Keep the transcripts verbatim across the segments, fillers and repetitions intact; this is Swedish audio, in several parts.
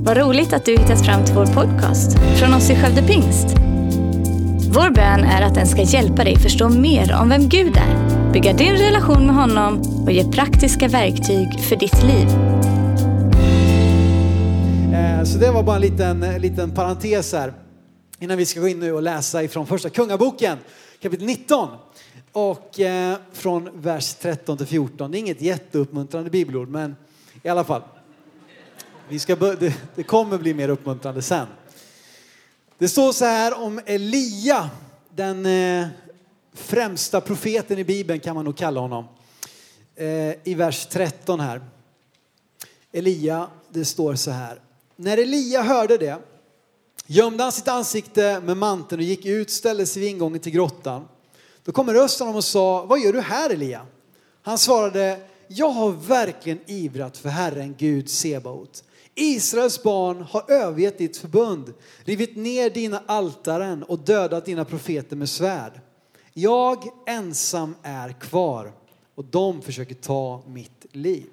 Vad roligt att du hittat fram till vår podcast från oss i Skövde Pingst. Vår bön är att den ska hjälpa dig förstå mer om vem Gud är, bygga din relation med honom och ge praktiska verktyg för ditt liv. Så det var bara en liten, liten parentes här innan vi ska gå in nu och läsa ifrån första kungaboken, kapitel nitton. Och eh, från vers tretton till fjorton. Det är inget jätteuppmuntrande bibelord, men i alla fall. Vi ska bör- det, det kommer bli mer uppmuntrande sen. Det står så här om Elia, den eh, främsta profeten i Bibeln kan man nog kalla honom. Eh, I vers tretton här. Elia, det står så här. När Elia hörde det gömde han sitt ansikte med manteln och gick ut, ställde sig vid ingången till grottan. Då kommer rösten om och sa, vad gör du här Elia? Han svarade, jag har verkligen ivrat för Herren Gud Sebaot. Israels barn har övergett ditt förbund, rivit ner dina altaren och dödat dina profeter med svärd. Jag ensam är kvar och de försöker ta mitt liv.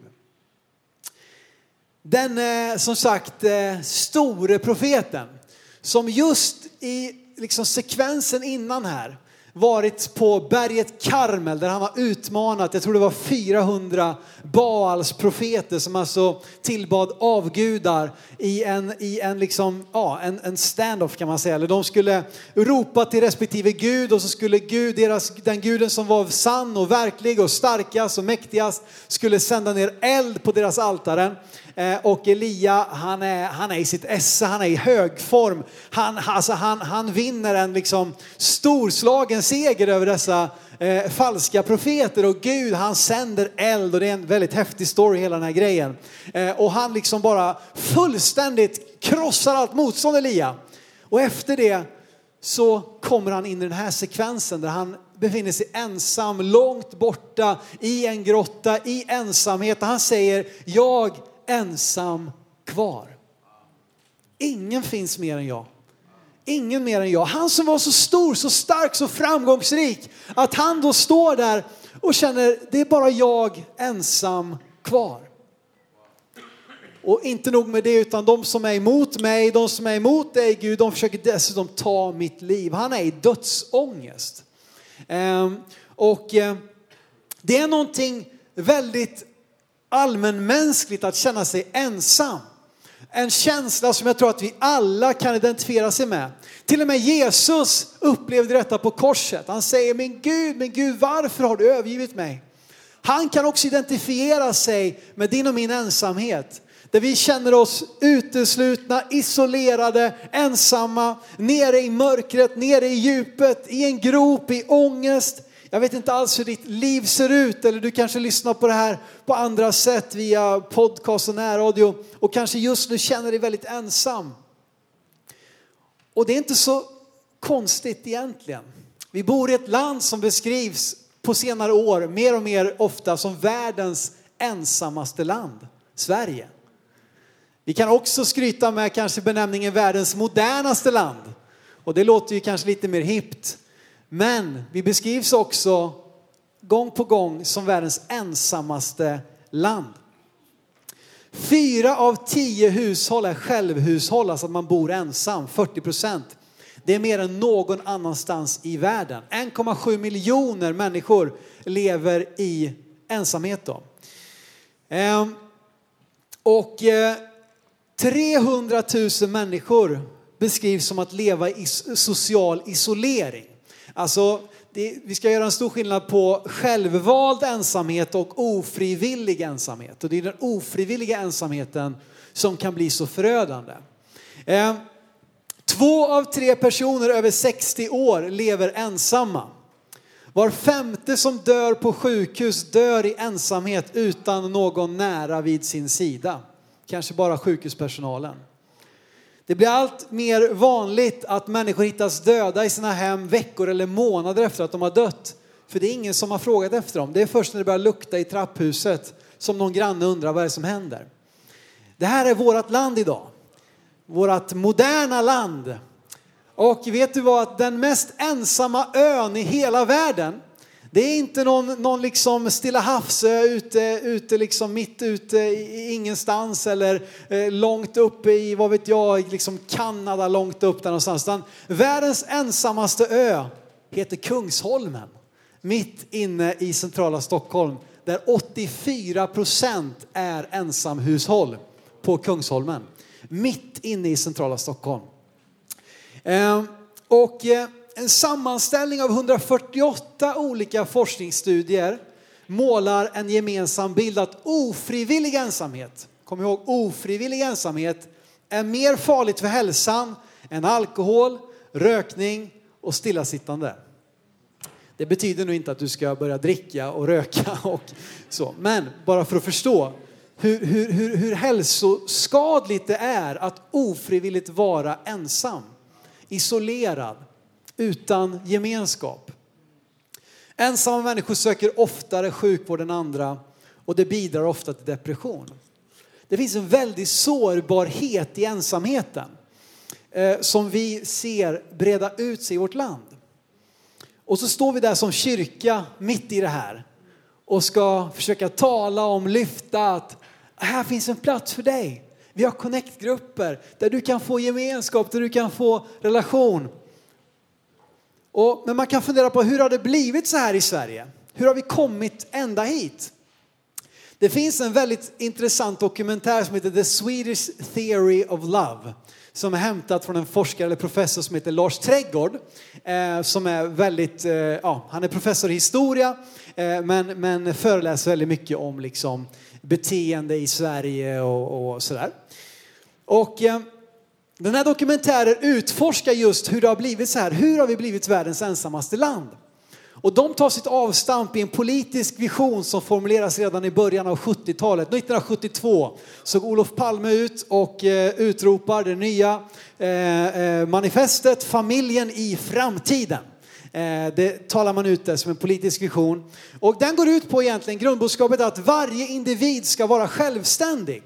Den som sagt store profeten som just i liksom sekvensen innan här varit på berget Karmel där han har utmanat, jag tror det var fyrahundra Baals profeter som alltså tillbad avgudar i en, i en, liksom, ja, en, en stand-off kan man säga. Eller de skulle ropa till respektive gud och så skulle Gud, deras, den guden som var sann och verklig och starkast och mäktigast skulle sända ner eld på deras altaren. Och Elia, han är, han är i sitt esse, han är i hög form. Han, alltså han, han vinner en liksom storslagen seger över dessa eh, falska profeter. Och Gud, han sänder eld och det är en väldigt häftig story hela den här grejen. Eh, och han liksom bara fullständigt krossar allt motstånd Elia. Och efter det så kommer han in i den här sekvensen där han befinner sig ensam, långt borta i en grotta, i ensamhet. Och han säger, jag ensam kvar. Ingen finns mer än jag. Ingen mer än jag. Han som var så stor, så stark, så framgångsrik. Att han då står där och känner, det är bara jag ensam kvar. Och inte nog med det, utan de som är emot mig, de som är emot dig Gud, de försöker dessutom ta mitt liv. Han är i dödsångest. Ehm, och eh, det är någonting väldigt allmänmänskligt att känna sig ensam. En känsla som jag tror att vi alla kan identifiera sig med. Till och med Jesus upplevde detta på korset. Han säger, min Gud, min Gud, varför har du övergivit mig? Han kan också identifiera sig med din och min ensamhet. Där vi känner oss uteslutna, isolerade, ensamma, nere i mörkret, nere i djupet, i en grop, i ångest. Jag vet inte alls hur ditt liv ser ut, eller du kanske lyssnar på det här på andra sätt via podcast och närradio och kanske just nu känner dig väldigt ensam. Och det är inte så konstigt egentligen. Vi bor i ett land som beskrivs på senare år mer och mer ofta som världens ensammaste land, Sverige. Vi kan också skryta med kanske benämningen världens modernaste land. Och det låter ju kanske lite mer hippt. Men vi beskrivs också gång på gång som världens ensammaste land. Fyra av tio hushåll är självhushåll, alltså att man bor ensam, fyrtio procent. Det är mer än någon annanstans i världen. en komma sju miljoner människor lever i ensamhet då. Ehm, och eh, trehundratusen människor beskrivs som att leva i social isolering. Alltså, det, vi ska göra en stor skillnad på självvald ensamhet och ofrivillig ensamhet. Och det är den ofrivilliga ensamheten som kan bli så förödande. Eh, två av tre personer över sextio år lever ensamma. Var femte som dör på sjukhus dör i ensamhet utan någon nära vid sin sida. Kanske bara sjukhuspersonalen. Det blir allt mer vanligt att människor hittas döda i sina hem veckor eller månader efter att de har dött. För det är ingen som har frågat efter dem. Det är först när det börjar lukta i trapphuset som någon granne undrar vad det är som händer. Det här är vårt land idag. Vårt moderna land. Och vet du vad? Den mest ensamma ön i hela världen, Det är inte någon, någon liksom Stilla havsö ute, ute liksom mitt ute i ingenstans eller eh, långt uppe i, vad vet jag, liksom Kanada långt upp där någonstans. Utan världens ensammaste ö heter Kungsholmen. Mitt inne i centrala Stockholm. Där åttiofyra procent är ensamhushåll på Kungsholmen. Mitt inne i centrala Stockholm. Eh, och... Eh, En sammanställning av hundrafyrtioåtta olika forskningsstudier målar en gemensam bild att ofrivillig ensamhet, kom ihåg ofrivillig ensamhet, är mer farligt för hälsan än alkohol, rökning och stillasittande. Det betyder nog inte att du ska börja dricka och röka och så, men bara för att förstå hur, hur, hur, hur hälsoskadligt det är att ofrivilligt vara ensam, isolerad, utan gemenskap. Ensamma människor söker oftare sjukvård än andra och det bidrar ofta till depression. Det finns en väldig sårbarhet i ensamheten eh, som vi ser breda ut sig i vårt land. Och så står vi där som kyrka mitt i det här och ska försöka tala om, lyfta att här finns en plats för dig. Vi har connect-grupper där du kan få gemenskap, där du kan få relation. Och, men man kan fundera på hur har det blivit så här i Sverige? Hur har vi kommit ända hit? Det finns en väldigt intressant dokumentär som heter The Swedish Theory of Love. Som är hämtat från en forskare eller professor som heter Lars Trädgård. Eh, som är väldigt, eh, ja, han är professor i historia. Eh, men, men föreläser väldigt mycket om liksom, beteende i Sverige och, och sådär. Och... Eh, Den här dokumentären utforskar just hur det har blivit så här. Hur har vi blivit världens ensammaste land? Och de tar sitt avstamp i en politisk vision som formuleras redan i början av sjuttiotalet. nittonhundrasjuttiotvå såg Olof Palme ut och eh, utropar det nya eh, manifestet Familjen i framtiden. Eh, det talar man ut där som en politisk vision. Och den går ut på egentligen grundbudskapet att varje individ ska vara självständig.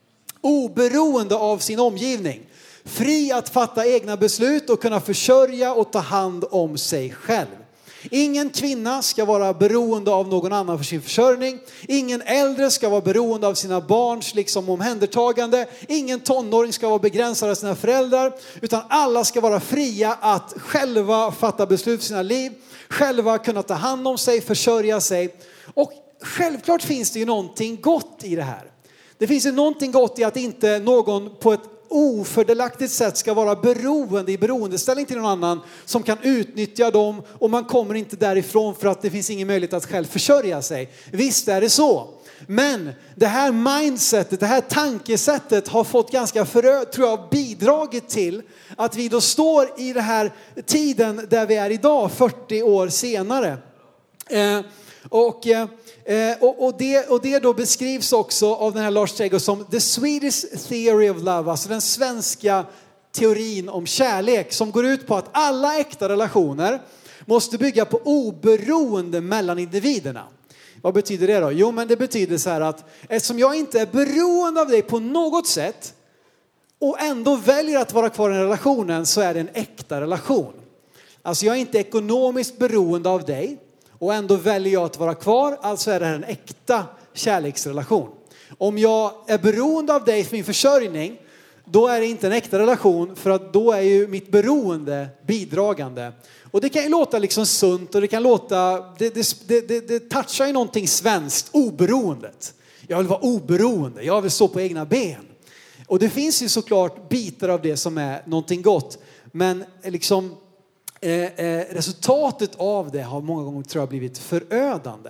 Oberoende av sin omgivning. Fri att fatta egna beslut och kunna försörja och ta hand om sig själv. Ingen kvinna ska vara beroende av någon annan för sin försörjning. Ingen äldre ska vara beroende av sina barns liksom omhändertagande. Ingen tonåring ska vara begränsad av sina föräldrar. Utan alla ska vara fria att själva fatta beslut för sina liv. Själva kunna ta hand om sig, försörja sig. Och självklart finns det ju någonting gott i det här. Det finns ju någonting gott i att inte någon på ett ofördelaktigt sätt ska vara beroende i beroendeställning till någon annan som kan utnyttja dem och man kommer inte därifrån för att det finns ingen möjlighet att själv försörja sig. Visst är det så. Men det här mindsetet, det här tankesättet har fått ganska förö- tror jag bidragit till att vi då står i den här tiden där vi är idag, fyrtio år senare. Eh, och... Eh, Eh, och, och, det, och det då beskrivs också av den här Lars Trädgård som The Swedish Theory of Love, alltså den svenska teorin om kärlek som går ut på att alla äkta relationer måste bygga på oberoende mellan individerna. Vad betyder det då? Jo, men det betyder så här att eftersom jag inte är beroende av dig på något sätt och ändå väljer att vara kvar i relationen så är det en äkta relation. Alltså jag är inte ekonomiskt beroende av dig. Och ändå väljer jag att vara kvar, alltså är det här en äkta kärleksrelation. Om jag är beroende av dig för min försörjning, då är det inte en äkta relation för att då är ju mitt beroende bidragande. Och det kan ju låta liksom sunt och det kan låta, det, det, det, det, det touchar ju någonting svenskt, oberoendet. Jag vill vara oberoende, jag vill stå på egna ben. Och det finns ju såklart bitar av det som är någonting gott, men liksom... Eh, eh, resultatet av det har många gånger tror jag blivit förödande.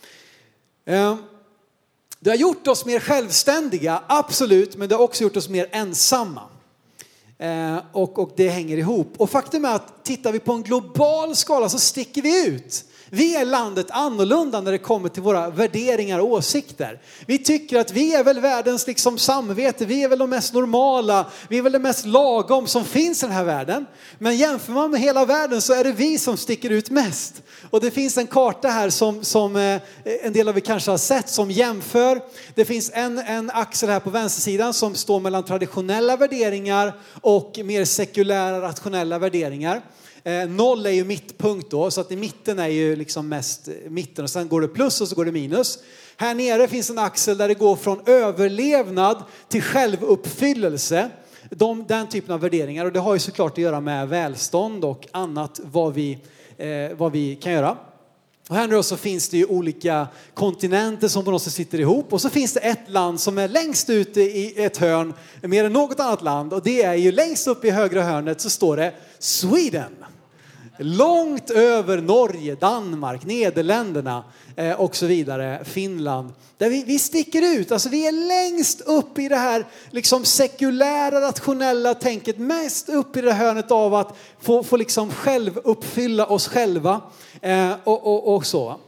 Eh, det har gjort oss mer självständiga, absolut, men det har också gjort oss mer ensamma. Eh, och, och det hänger ihop. Och faktum är att tittar vi på en global skala så sticker vi ut. Vi är landet annorlunda när det kommer till våra värderingar och åsikter. Vi tycker att vi är väl världens liksom samvete. Vi är väl de mest normala. Vi är väl det mest lagom som finns i den här världen. Men jämför man med hela världen så är det vi som sticker ut mest. Och det finns en karta här som, som eh, en del av er kanske har sett som jämför. Det finns en, en axel här på vänstersidan som står mellan traditionella värderingar och mer sekulära rationella värderingar. Eh, noll är ju mittpunkt då, så att i mitten är ju liksom mest mitten och sen går det plus och så går det minus. Här nere finns en axel där det går från överlevnad till självuppfyllelse. De, den typen av värderingar, och det har ju såklart att göra med välstånd och annat vad vi, eh, vad vi kan göra. Och här nu så finns det ju olika kontinenter som på något sätt sitter ihop. Och så finns det ett land som är längst ute i ett hörn mer än något annat land. Och det är ju längst upp i högra hörnet så står det Sweden. Långt över Norge, Danmark, Nederländerna eh, och så vidare, Finland. Där vi, vi sticker ut, alltså vi är längst upp i det här liksom sekulära, rationella tänket. Mest upp i det hörnet av att få, få liksom själv uppfylla oss själva eh, och, och, och så.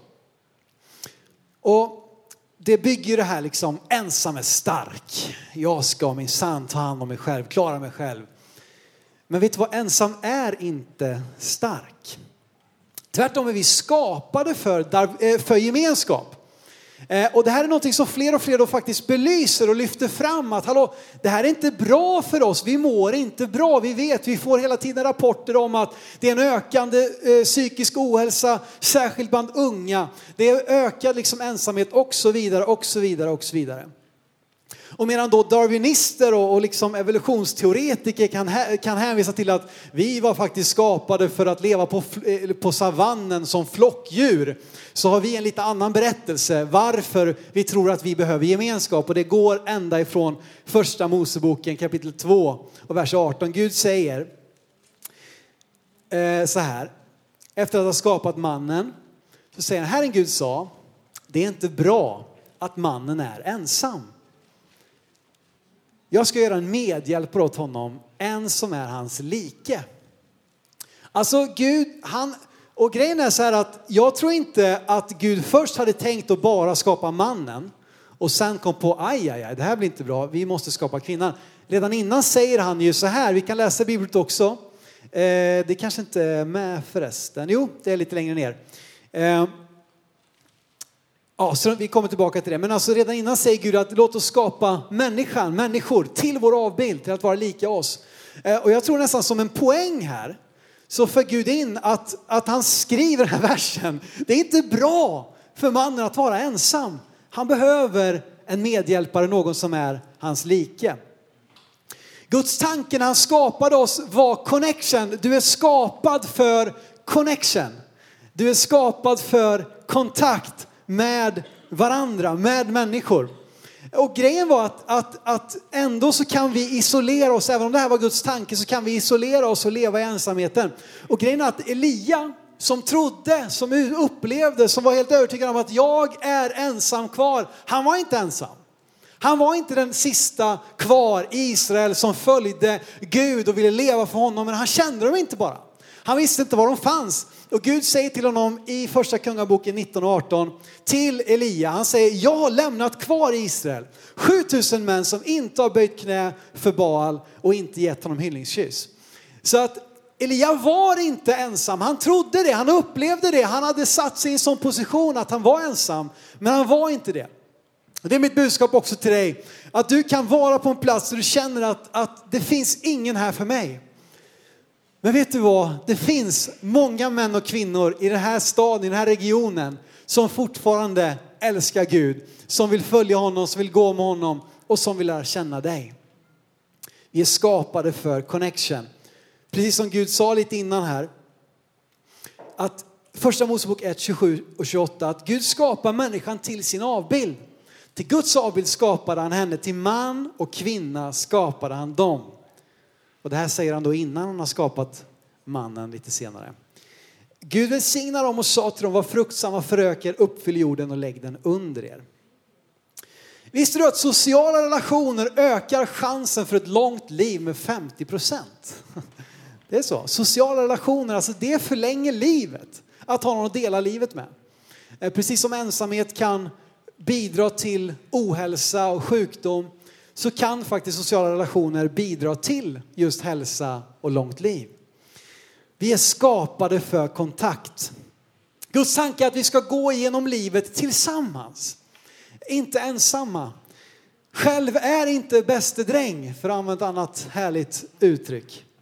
Och det bygger det här liksom, ensam är stark. Jag ska minsann ta hand om mig själv, klara mig själv. Men vet du vad, ensam är inte stark. Tvärtom är vi skapade för, för gemenskap. Och det här är något som fler och fler då faktiskt belyser och lyfter fram. Att hallå, det här är inte bra för oss. Vi mår inte bra. Vi vet, vi får hela tiden rapporter om att det är en ökande eh, psykisk ohälsa. Särskilt bland unga. Det är ökad liksom ensamhet och så vidare och så vidare och så vidare. Och medan då darwinister och, och liksom evolutionsteoretiker kan, kan hänvisa till att vi var faktiskt skapade för att leva på, på savannen som flockdjur, så har vi en lite annan berättelse varför vi tror att vi behöver gemenskap. Och det går ända ifrån första Moseboken kapitel två och vers arton. Gud säger eh, så här, efter att ha skapat mannen, så säger han, Herren Gud sa, det är inte bra att mannen är ensam. Jag ska göra en medhjälpare åt honom, en som är hans like. Alltså Gud, han, och grejen är så här att jag tror inte att Gud först hade tänkt att bara skapa mannen. Och sen kom på, aj, aj, aj, det här blir inte bra, vi måste skapa kvinnan. Redan innan säger han ju så här, vi kan läsa Bibeln också. Eh, det kanske inte är med förresten, jo det är lite längre ner. Eh, Ja, så vi kommer tillbaka till det. Men alltså redan innan säger Gud att låt oss skapa människan, människor till vår avbild, till att vara lika oss. Och jag tror nästan som en poäng här, så för Gud in att, att han skriver den här versen. Det är inte bra för mannen att vara ensam. Han behöver en medhjälpare, någon som är hans like. Guds tanke när han skapade oss var connection. Du är skapad för connection. Du är skapad för kontakt med varandra, med människor. Och grejen var att, att, att ändå så kan vi isolera oss, även om det här var Guds tanke, så kan vi isolera oss och leva i ensamheten. Och grejen är att Elia, som trodde, som upplevde, som var helt övertygad om att jag är ensam kvar, han var inte ensam. Han var inte den sista kvar i Israel som följde Gud och ville leva för honom, men han kände dem inte bara. Han visste inte var de fanns. Och Gud säger till honom i första kungaboken nitton och arton till Elia. Han säger, jag har lämnat kvar i Israel sjutusen män som inte har böjt knä för Baal och inte gett honom hyllningskyss. Så att Elia var inte ensam. Han trodde det, han upplevde det. Han hade satt sig i en sån position att han var ensam. Men han var inte det. Det är mitt budskap också till dig. Att du kan vara på en plats där du känner att, att det finns ingen här för mig. Men vet du vad? Det finns många män och kvinnor i den här staden, i den här regionen, som fortfarande älskar Gud. Som vill följa honom, som vill gå med honom och som vill lära känna dig. Vi är skapade för connection. Precis som Gud sa lite innan här. Att första Mosebok ett, tjugosju och tjugoåtta. Att Gud skapar människan till sin avbild. Till Guds avbild skapade han henne. Till man och kvinna skapade han dem. Och det här säger han då innan han har skapat mannen lite senare. Gud välsignar dem och sa till dem, var fruktsamma, förök er, uppfyll jorden och lägg den under er. Visste du att sociala relationer ökar chansen för ett långt liv med femtio procent? Det är så. Sociala relationer, alltså det förlänger livet. Att ha någon att dela livet med. Precis som ensamhet kan bidra till ohälsa och sjukdom, så kan faktiskt sociala relationer bidra till just hälsa och långt liv. Vi är skapade för kontakt. Guds tanke är att vi ska gå igenom livet tillsammans. Inte ensamma. Själv är inte bäste dräng, för att använda ett annat härligt uttryck.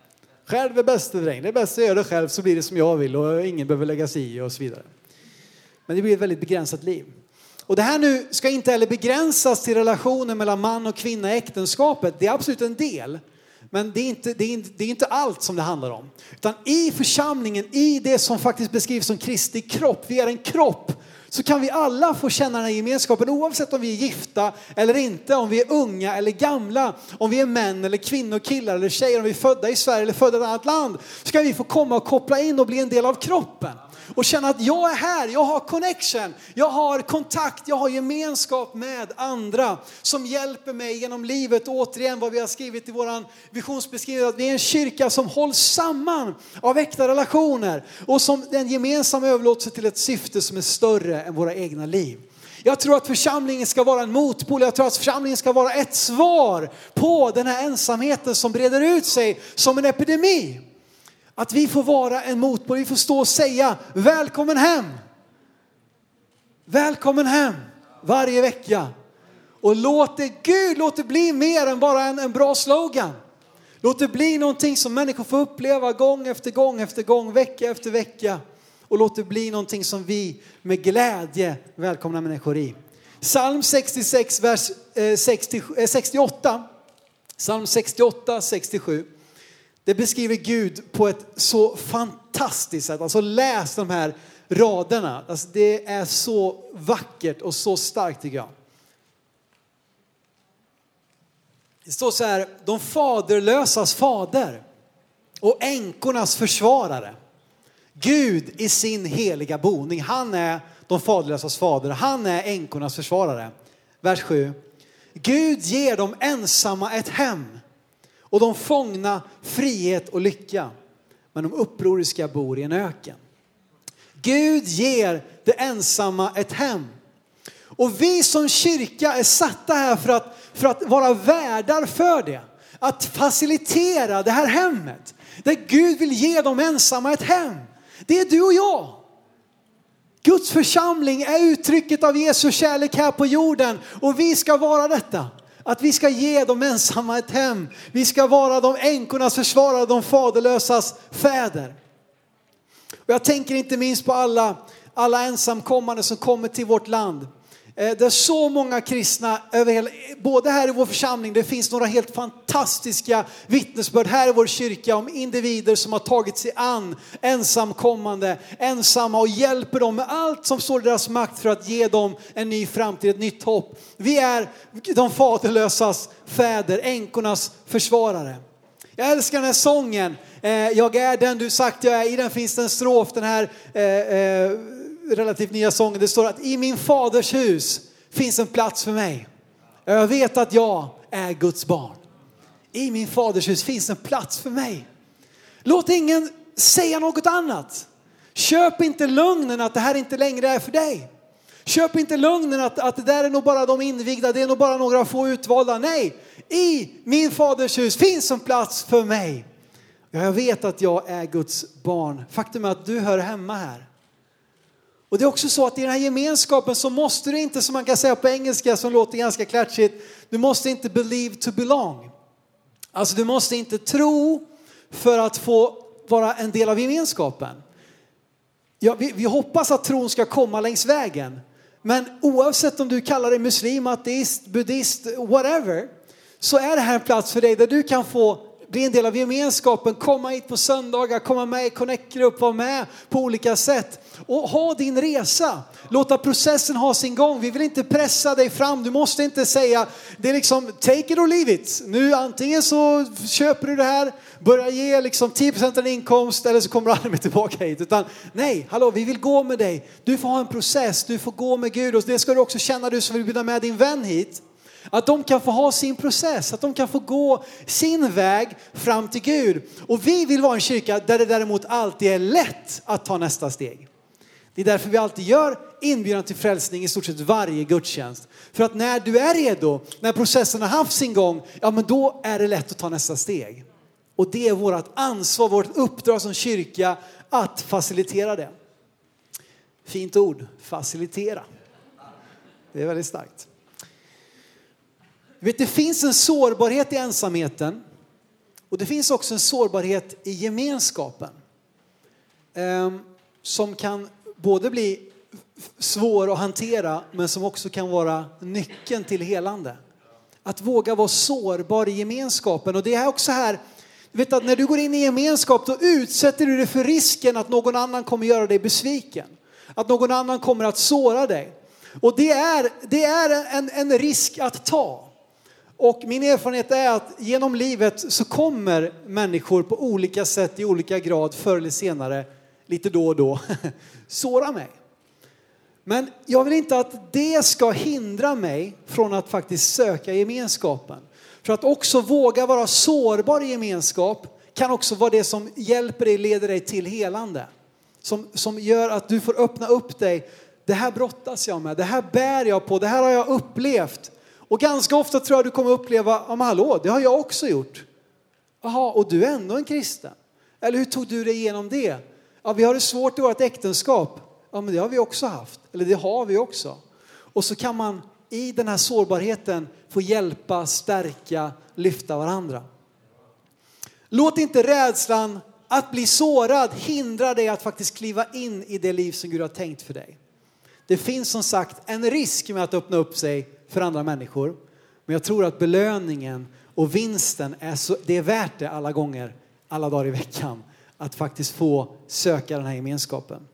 Själv är bästa dräng. Det är bäst att göra det själv så blir det som jag vill och ingen behöver lägga sig i och så vidare. Men det blir ett väldigt begränsat liv. Och det här nu ska inte heller begränsas till relationen mellan man och kvinna i äktenskapet. Det är absolut en del. Men det är, inte, det, är inte, det är inte allt som det handlar om. Utan i församlingen, i det som faktiskt beskrivs som Kristi kropp, vi är en kropp, så kan vi alla få känna den här gemenskapen oavsett om vi är gifta eller inte, om vi är unga eller gamla, om vi är män eller kvinnor, killar eller tjejer, om vi är födda i Sverige eller födda i ett annat land, så kan vi få komma och koppla in och bli en del av kroppen. Och känna att jag är här, jag har connection, jag har kontakt, jag har gemenskap med andra som hjälper mig genom livet. Och återigen vad vi har skrivit i våran visionsbeskrivning, att vi är en kyrka som hålls samman av äkta relationer och som en gemensam överlåtelse till ett syfte som är större än våra egna liv. Jag tror att församlingen ska vara en motpol. Jag tror att församlingen ska vara ett svar på den här ensamheten som breder ut sig som en epidemi. Att vi får vara en motpol. Vi får stå och säga välkommen hem. Välkommen hem varje vecka. Och låt det, Gud, låt det bli mer än bara en, en bra slogan. Låt det bli någonting som människor får uppleva gång efter gång efter gång, vecka efter vecka. Och låt det bli någonting som vi med glädje välkomnar människor i. Psalm sextiosex, vers sextio, sextioåtta. Psalm sextioåtta, sextiosju. Det beskriver Gud på ett så fantastiskt sätt. Alltså läs de här raderna. Alltså det är så vackert och så starkt tycker jag. Det står så här: de faderlösas fader och änkornas försvarare. Gud i sin heliga boning. Han är de faderlösas fader. Han är änkornas försvarare. Vers sju. Gud ger dem ensamma ett hem. Och de fångna frihet och lycka. Men de upproriska bor i en öken. Gud ger det ensamma ett hem. Och vi som kyrka är satta här för att, för att vara värdar för det. Att facilitera det här hemmet. Där Gud vill ge dem ensamma ett hem. Det är du och jag. Guds församling är uttrycket av Jesu kärlek här på jorden. Och vi ska vara detta. Att vi ska ge de ensamma ett hem. Vi ska vara de änkornas försvarare, de faderlösas fäder. Och jag tänker inte minst på alla, alla ensamkommande som kommer till vårt land. Det är så många kristna över hela, både här i vår församling, det finns några helt fantastiska vittnesbörd här i vår kyrka om individer som har tagit sig an ensamkommande, ensamma och hjälper dem med allt som står i deras makt för att ge dem en ny framtid, ett nytt hopp. Vi är de faderlösas fäder, änkornas försvarare. Jag älskar den här sången. Jag är den du sagt jag är. I den finns det en strof, den här eh, eh, relativt nya sången. Det står att i min faders hus finns en plats för mig. Jag vet att jag är Guds barn. I min faders hus finns en plats för mig. Låt ingen säga något annat. Köp inte lögnen att det här inte längre är för dig. Köp inte lögnen att, att det där är nog bara de invigda. Det är nog bara några få utvalda. Nej, i min faders hus finns en plats för mig. Jag vet att jag är Guds barn. Faktum är att du hör hemma här. Och det är också så att i den här gemenskapen så måste du inte, som man kan säga på engelska som låter ganska klatschigt, du måste inte believe to belong. Alltså du måste inte tro för att få vara en del av gemenskapen. Ja, vi, vi hoppas att tron ska komma längs vägen. Men oavsett om du kallar dig muslim, ateist, buddhist, whatever, så är det här en plats för dig där du kan få bli en del av gemenskapen, komma hit på söndagar, komma med i connect-grupp, vara med på olika sätt och ha din resa. Låta processen ha sin gång. Vi vill inte pressa dig fram. Du måste inte säga, det är liksom take it or leave it. Nu antingen så köper du det här, börjar ge liksom tio procent av din inkomst eller så kommer du aldrig mer tillbaka hit. Utan nej, hallå, vi vill gå med dig. Du får ha en process, du får gå med Gud och det ska du också känna, du som vill bjuda med din vän hit. Att de kan få ha sin process, att de kan få gå sin väg fram till Gud. Och vi vill vara en kyrka där det däremot alltid är lätt att ta nästa steg. Det är därför vi alltid gör inbjudan till frälsning i stort sett varje gudstjänst. För att när du är redo, när processen har haft sin gång, ja men då är det lätt att ta nästa steg. Och det är vårt ansvar, vårt uppdrag som kyrka att facilitera det. Fint ord, facilitera. Det är väldigt starkt. Vet, det finns en sårbarhet i ensamheten. Och det finns också en sårbarhet i gemenskapen. Eh, som kan både bli svår att hantera, men som också kan vara nyckeln till helande. Att våga vara sårbar i gemenskapen. Och det är också här, du vet att när du går in i gemenskap, då utsätter du dig för risken att någon annan kommer göra dig besviken. Att någon annan kommer att såra dig. Och det är, det är en, en risk att ta. Och min erfarenhet är att genom livet så kommer människor på olika sätt i olika grad förr eller senare, lite då och då, såra mig. Men jag vill inte att det ska hindra mig från att faktiskt söka gemenskapen. För att också våga vara sårbar i gemenskap kan också vara det som hjälper dig, leder dig till helande. Som, som gör att du får öppna upp dig. Det här brottas jag med, det här bär jag på, det här har jag upplevt. Och ganska ofta tror jag du kommer uppleva, ja men hallå, det har jag också gjort. Jaha, och du är ändå en kristen. Eller hur tog du dig igenom det? Ja, vi har det svårt i vårt äktenskap. Ja, men det har vi också haft. Eller det har vi också. Och så kan man i den här sårbarheten få hjälpa, stärka, lyfta varandra. Låt inte rädslan att bli sårad hindra dig att faktiskt kliva in i det liv som Gud har tänkt för dig. Det finns som sagt en risk med att öppna upp sig för andra människor. Men jag tror att belöningen och vinsten är så, det är värt det alla gånger, alla dagar i veckan. Att faktiskt få söka den här gemenskapen.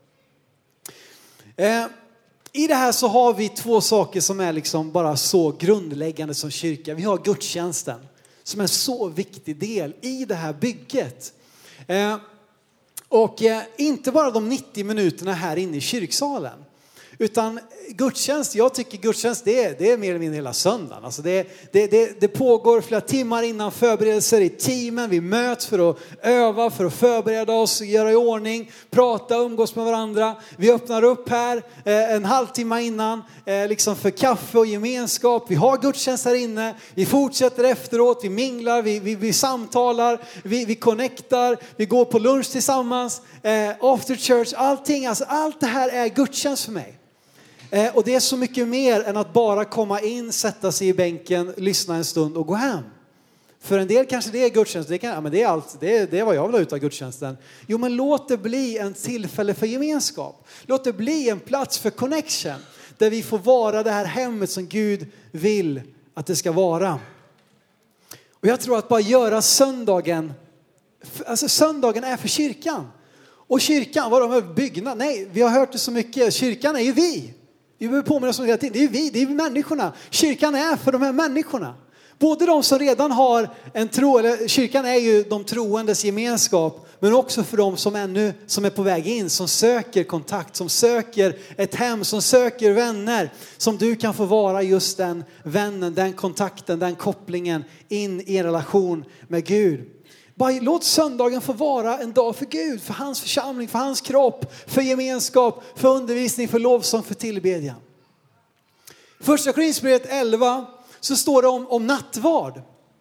Eh, I det här så har vi två saker som är liksom bara så grundläggande som kyrka. Vi har gudstjänsten som är en så viktig del i det här bygget. Eh, och eh, inte bara de nittio minuterna här inne i kyrksalen. Utan gudstjänst, jag tycker gudstjänst det är, det är mer eller mindre hela söndagen. Alltså det, det, det, det pågår flera timmar innan förberedelser i teamen. Vi möts för att öva, för att förbereda oss, göra i ordning, prata, umgås med varandra. Vi öppnar upp här eh, en halvtimme innan eh, liksom för kaffe och gemenskap. Vi har gudstjänst här inne. Vi fortsätter efteråt, vi minglar, vi, vi, vi samtalar, vi, vi connectar, vi går på lunch tillsammans. Eh, after church, allting, alltså allt det här är gudstjänst för mig. Eh, och det är så mycket mer än att bara komma in, sätta sig i bänken, lyssna en stund och gå hem. För en del kanske det är gudstjänst, det, kan, ja, men det är allt, det är, det är vad jag vill ha ut av gudstjänsten. Jo, men låt det bli en tillfälle för gemenskap. Låt det bli en plats för connection. Där vi får vara det här hemmet som Gud vill att det ska vara. Och jag tror att bara göra söndagen, alltså söndagen är för kyrkan. Och kyrkan, vad de är byggnad? Nej, vi har hört det så mycket. Kyrkan är ju vi. Vi behöver påminna oss om det. Det är vi, det är vi människorna. Kyrkan är för de här människorna. Både de som redan har en tro, eller kyrkan är ju de troendes gemenskap. Men också för de som ännu, som är på väg in, som söker kontakt, som söker ett hem, som söker vänner. Som du kan få vara just den vännen, den kontakten, den kopplingen in i en relation med Gud. Bara låt söndagen få vara en dag för Gud, för hans församling, för hans kropp, för gemenskap, för undervisning, för lovsång, för tillbedjan. Första Korinthierbrevet elva så står det om, om nattvard.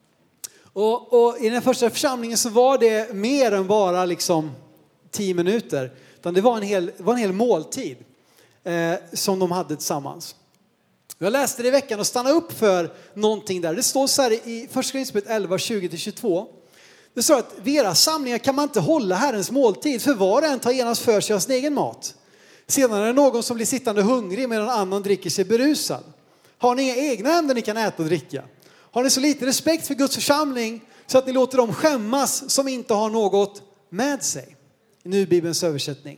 Och, och i den första församlingen så var det mer än bara liksom tio minuter. Utan det var en hel, var en hel måltid eh, som de hade tillsammans. Jag läste det i veckan och stannade upp för någonting där. Det står så här i Första Korinthierbrevet elva, tjugo till tjugotvå. Det står att vid era samlingar kan man inte hålla Herrens måltid, för var och en tar genast för sig av sin egen mat. Sedan är det någon som blir sittande hungrig medan annan dricker sig berusad. Har ni inga egna händer ni kan äta och dricka? Har ni så lite respekt för Guds församling så att ni låter dem skämmas som inte har något med sig? Nu Bibelns översättning.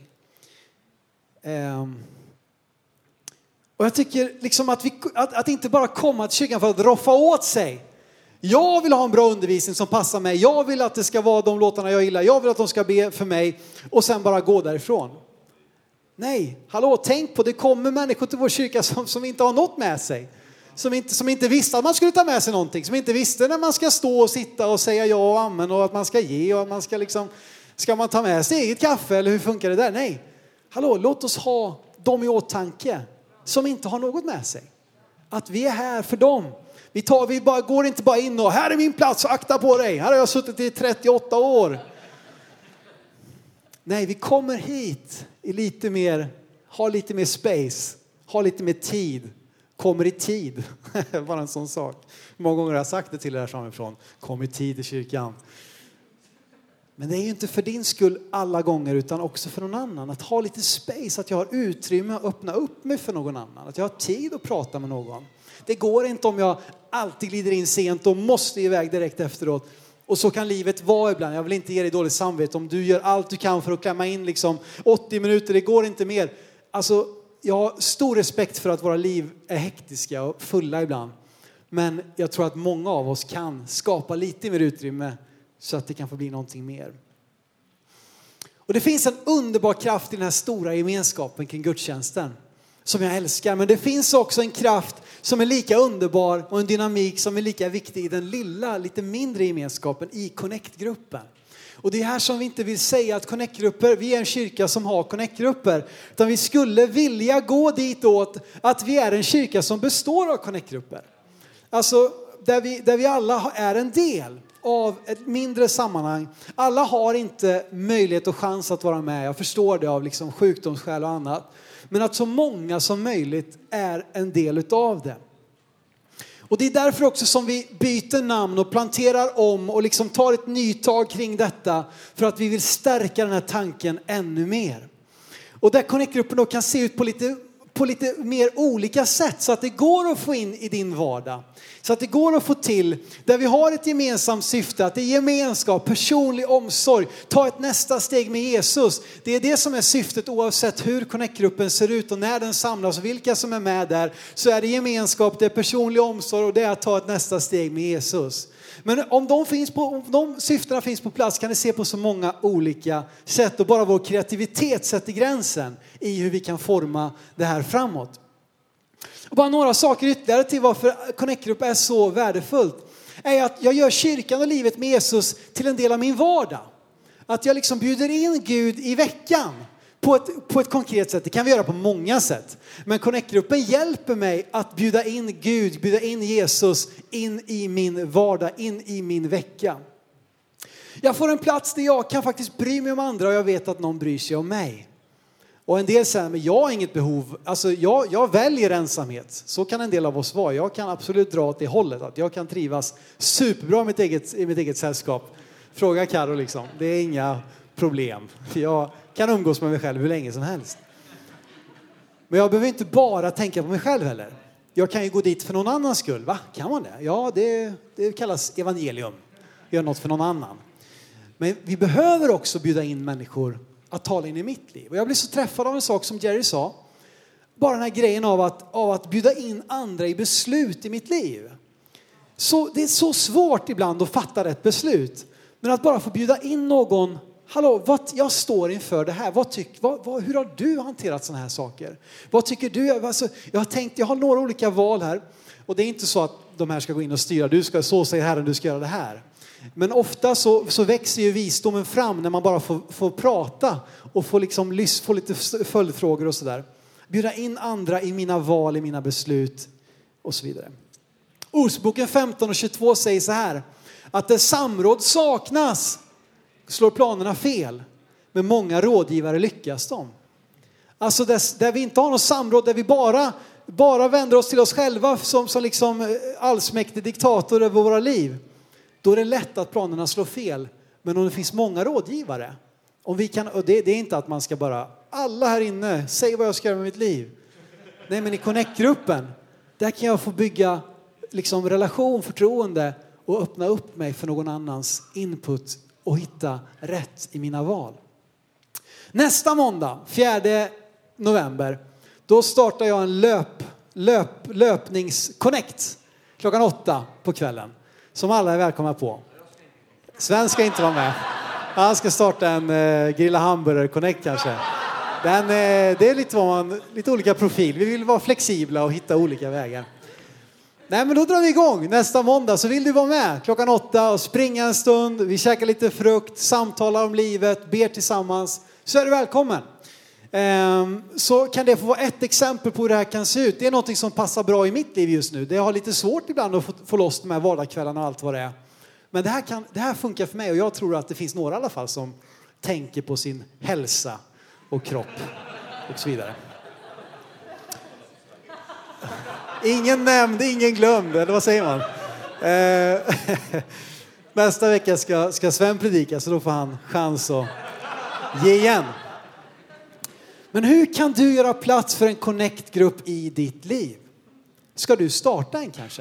Um. Och jag tycker liksom att, vi, att, att inte bara komma till kyrkan för att roffa åt sig. Jag vill ha en bra undervisning som passar mig. Jag vill att det ska vara de låtarna jag gillar. Jag vill att de ska be för mig. Och sen bara gå därifrån. Nej, hallå, tänk på det kommer människor till vår kyrka som, som inte har något med sig. Som inte, som inte visste att man skulle ta med sig någonting. Som inte visste när man ska stå och sitta och säga ja och amen. Och att man ska ge och att man ska liksom... Ska man ta med sig eget kaffe eller hur funkar det där? Nej, hallå, låt oss ha dem i åtanke. Som inte har något med sig. Att vi är här för dem. Vi, tar, vi bara, går inte bara in och här är min plats och akta på dig. Här har jag suttit i trettioåtta år. Nej, vi kommer hit i lite mer, har lite mer space, har lite mer tid. Kommer i tid. Bara en sån sak. Många gånger har jag sagt det till er framifrån. Kom i tid i kyrkan. Men det är ju inte för din skull alla gånger utan också för någon annan. Att ha lite space, att jag har utrymme att öppna upp mig för någon annan. Att jag har tid att prata med någon. Det går inte om jag alltid glider in sent och måste iväg direkt efteråt. Och så kan livet vara ibland. Jag vill inte ge dig dåligt samvete om du gör allt du kan för att klämma in liksom åttio minuter. Det går inte mer. Alltså, jag har stor respekt för att våra liv är hektiska och fulla ibland. Men jag tror att många av oss kan skapa lite mer utrymme så att det kan få bli någonting mer. Och det finns en underbar kraft i den här stora gemenskapen kring gudstjänsten som jag älskar. Men det finns också en kraft som är lika underbar och en dynamik som är lika viktig i den lilla, lite mindre gemenskapen i Connect-gruppen. Och det är här som vi inte vill säga att Connect-grupper, vi är en kyrka som har Connect-grupper. Utan vi skulle vilja gå dit åt att vi är en kyrka som består av Connect-grupper. Alltså där vi, där vi alla är en del av ett mindre sammanhang. Alla har inte möjlighet och chans att vara med. Jag förstår det av liksom sjukdomsskäl och annat. Men att så många som möjligt är en del utav det. Och det är därför också som vi byter namn och planterar om och liksom tar ett nytag kring detta. För att vi vill stärka den här tanken ännu mer. Och där Connect-gruppen då kan se ut på lite, på lite mer olika sätt. Så att det går att få in i din vardag. Så att det går att få till där vi har ett gemensamt syfte. Att det är gemenskap, personlig omsorg. Ta ett nästa steg med Jesus. Det är det som är syftet oavsett hur Connect-gruppen ser ut och när den samlas och vilka som är med där. Så är det gemenskap, det är personlig omsorg och det är att ta ett nästa steg med Jesus. Men om de, finns på, om de syftena finns på plats kan det se på så många olika sätt. Och bara vår kreativitet sätter gränsen i hur vi kan forma det här framåt. Och bara några saker ytterligare till varför Connect-grupp är så värdefullt. Är att jag gör kyrkan och livet med Jesus till en del av min vardag. Att jag liksom bjuder in Gud i veckan. På ett, på ett konkret sätt. Det kan vi göra på många sätt. Men Connect-gruppen hjälper mig att bjuda in Gud, bjuda in Jesus in i min vardag, in i min vecka. Jag får en plats där jag kan faktiskt bry mig om andra och jag vet att någon bryr sig om mig. Och en del säger, men jag har inget behov. Alltså jag, jag väljer ensamhet. Så kan en del av oss vara. Jag kan absolut dra åt det hållet. Att jag kan trivas superbra i mitt eget, i mitt eget sällskap. Fråga Karo liksom. Det är inga problem. Jag kan umgås med mig själv hur länge som helst. Men jag behöver inte bara tänka på mig själv heller. Jag kan ju gå dit för någon annans skull. Va? Kan man det? Ja, det, det kallas evangelium. Gör något för någon annan. Men vi behöver också bjuda in människor att tala in i mitt liv. Och jag blir så träffad av en sak som Jerry sa. Bara den här grejen av att, av att bjuda in andra i beslut i mitt liv. Så, det är så svårt ibland att fatta ett beslut. Men att bara få bjuda in någon. Hallå, vad, jag står inför det här. Vad tyck, vad, vad, hur har du hanterat sådana här saker? Vad tycker du? Alltså, jag har tänkt, jag har några olika val här. Och det är inte så att de här ska gå in och styra. Du ska, så säger Herren, du ska göra det här. Men ofta så, så växer ju visdomen fram när man bara får, får prata och får, liksom lys, får lite följdfrågor och sådär. Bjuda in andra i mina val, i mina beslut och så vidare. Ordspråksboken femton och tjugotvå säger så här. Att där samråd saknas slår planerna fel. Men många rådgivare lyckas de. Alltså där, där vi inte har något samråd, där vi bara, bara vänder oss till oss själva som, som liksom allsmäktig diktator över våra liv. Då är det lätt att planerna slår fel. Men om det finns många rådgivare. Om vi kan, och det, det är inte att man ska bara, alla här inne, säg vad jag ska göra med mitt liv. Nej, men i Connect-gruppen, där kan jag få bygga liksom relation, förtroende och öppna upp mig för någon annans input och hitta rätt i mina val. Nästa måndag, fjärde november, då startar jag en löp, löp, löpnings-connect klockan åtta på kvällen. Som alla är välkomna på. Sven ska inte vara med. Han ska starta en uh, grilla hamburgare connect kanske. Den, uh, det är lite, vad man, lite olika profil. Vi vill vara flexibla och hitta olika vägar. Nej, men då drar vi igång nästa måndag. Så vill du vara med klockan åtta och springa en stund. Vi käkar lite frukt, samtalar om livet, ber tillsammans. Så är du välkommen. Um, så kan det få vara ett exempel på hur det här kan se ut. Det är något som passar bra i mitt liv just nu. Det har lite svårt ibland att få, få loss de här vardagskvällarna och allt vad det är. Men det här, kan, det här funkar för mig och jag tror att det finns några i alla fall som tänker på sin hälsa och kropp och så vidare. Ingen nämnd, ingen glömd, eller vad säger man? Uh, Nästa vecka ska, ska Sven predika, så då får han chans att ge igen. Men hur kan du göra plats för en connect-grupp i ditt liv? Ska du starta en kanske?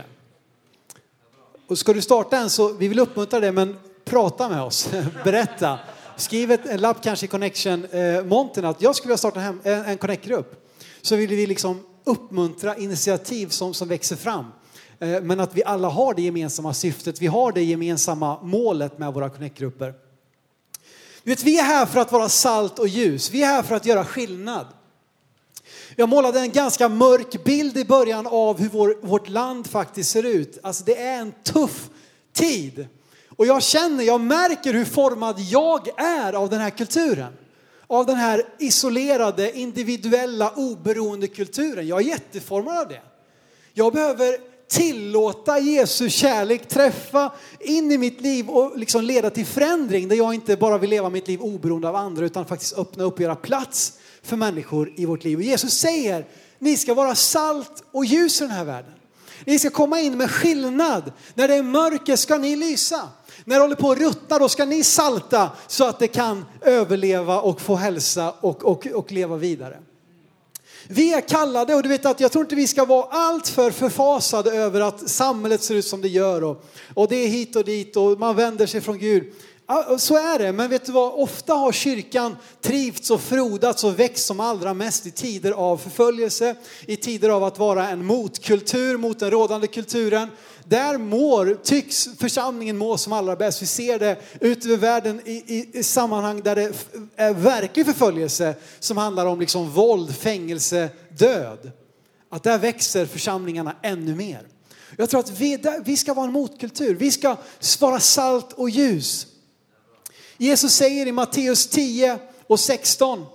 Och ska du starta en så, vi vill uppmuntra det, men prata med oss. Berätta. Skriv ett, en lapp kanske i connection-montern eh, att jag skulle vilja starta en, en, en connect-grupp. Så vill vi liksom uppmuntra initiativ som, som växer fram. Eh, men att vi alla har det gemensamma syftet. Vi har det gemensamma målet med våra connect-grupper. Du vet, vi är här för att vara salt och ljus. Vi är här för att göra skillnad. Jag målade en ganska mörk bild i början av hur vår, vårt land faktiskt ser ut. Alltså det är en tuff tid. Och jag känner, jag märker hur formad jag är av den här kulturen. Av den här isolerade, individuella, oberoende kulturen. Jag är jätteformad av det. Jag behöver tillåta Jesu kärlek träffa in i mitt liv och liksom leda till förändring. Där jag inte bara vill leva mitt liv oberoende av andra, utan faktiskt öppna upp och göra plats för människor i vårt liv. Och Jesus säger, ni ska vara salt och ljus i den här världen. Ni ska komma in med skillnad. När det är mörker ska ni lysa. När det håller på att ruttna, då ska ni salta så att det kan överleva och få hälsa och, och, och leva vidare. Vi är kallade, och du vet att jag tror inte vi ska vara allt för förfasade över att samhället ser ut som det gör. Och, och det är hit och dit och man vänder sig från Gud. Ja, så är det, men vet du vad? Ofta har kyrkan trivts och frodats och växt som allra mest i tider av förföljelse. I tider av att vara en motkultur mot den rådande kulturen. Där mår, tycks församlingen må som allra bäst. Vi ser det ute över världen i, i, i sammanhang där det är verklig förföljelse. Som handlar om liksom våld, fängelse, död. Att där växer församlingarna ännu mer. Jag tror att vi, där, vi ska vara en motkultur. Vi ska vara salt och ljus. Jesus säger i Matteus tio och sexton.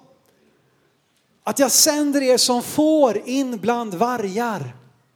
Att jag sänder er som får in bland vargar.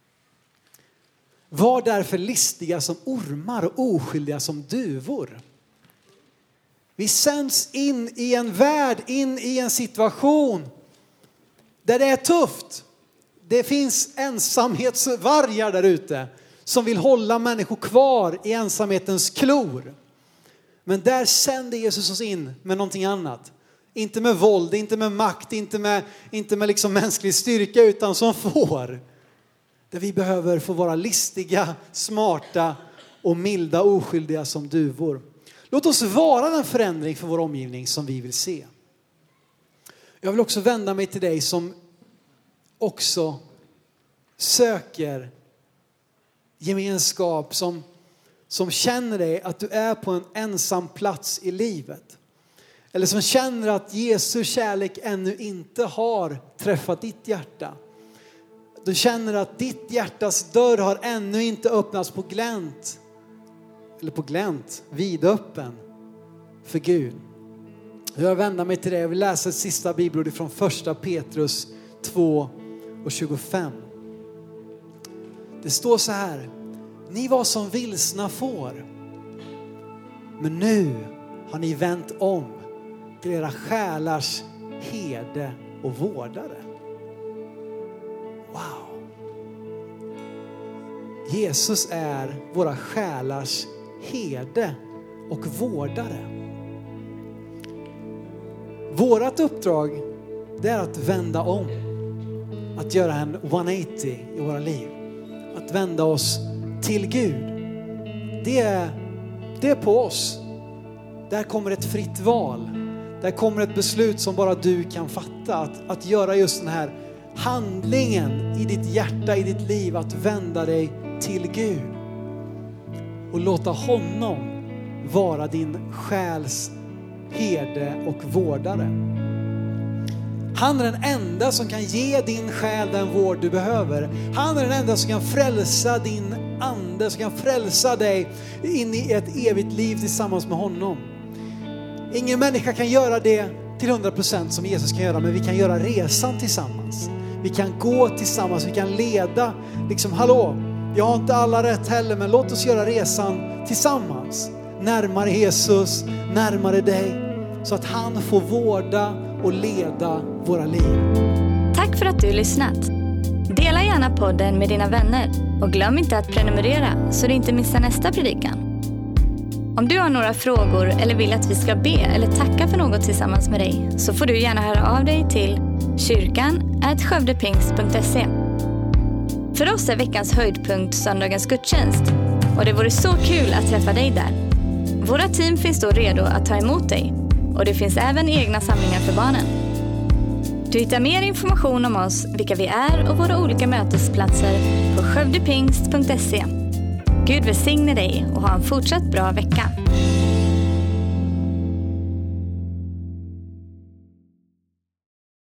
Var därför listiga som ormar och oskyldiga som duvor. Vi sänds in i en värld, in i en situation där det är tufft. Det finns ensamhetsvargar där ute som vill hålla människor kvar i ensamhetens klor. Men där sänder Jesus oss in med någonting annat. Inte med våld, inte med makt, inte med, inte med liksom mänsklig styrka, utan som får. Där vi behöver få vara listiga, smarta och milda, oskyldiga som duvor. Låt oss vara den förändring för vår omgivning som vi vill se. Jag vill också vända mig till dig som också söker gemenskap, som, som känner dig att du är på en ensam plats i livet. Eller som känner att Jesu kärlek ännu inte har träffat ditt hjärta. Du känner att ditt hjärtas dörr har ännu inte öppnats på glänt. Eller på glänt, vidöppen för Gud. Jag vänder mig till dig. Jag vill läsa ett sista bibelord från första Petrus två och tjugofem. Det står så här. Ni var som vilsna får. Men nu har ni vänt om till era själars herde och vårdare. Wow. Jesus är våra själars herde och vårdare. Vårat uppdrag, det är att vända om. Att göra en etthundraåttio i våra liv. Att vända oss till Gud. Det är, det är på oss. Där kommer ett fritt val. Där kommer ett beslut som bara du kan fatta. Att, att göra just den här handlingen i ditt hjärta, i ditt liv. Att vända dig till Gud. Och låta honom vara din själs herde och vårdare. Han är den enda som kan ge din själ den vård du behöver. Han är den enda som kan frälsa din ande, som kan frälsa dig in i ett evigt liv tillsammans med honom. Ingen människa kan göra det till hundra procent som Jesus kan göra, men vi kan göra resan tillsammans. Vi kan gå tillsammans, vi kan leda. Liksom, hallå, jag har inte alla rätt heller, men låt oss göra resan tillsammans. Närmare Jesus, närmare dig. Så att han får vårda och leda våra liv. Tack för att du har lyssnat. Dela gärna podden med dina vänner. Och glöm inte att prenumerera så du inte missar nästa predikan. Om du har några frågor eller vill att vi ska be eller tacka för något tillsammans med dig, så får du gärna höra av dig till kyrkan at skövdepingst punkt se. För oss är veckans höjdpunkt söndagens gudstjänst, och det vore så kul att träffa dig där. Våra team finns då redo att ta emot dig, och det finns även egna samlingar för barnen. Du hittar mer information om oss, vilka vi är och våra olika mötesplatser på skövdepingst punkt se. Gud välsigne dig och ha en fortsatt bra vecka.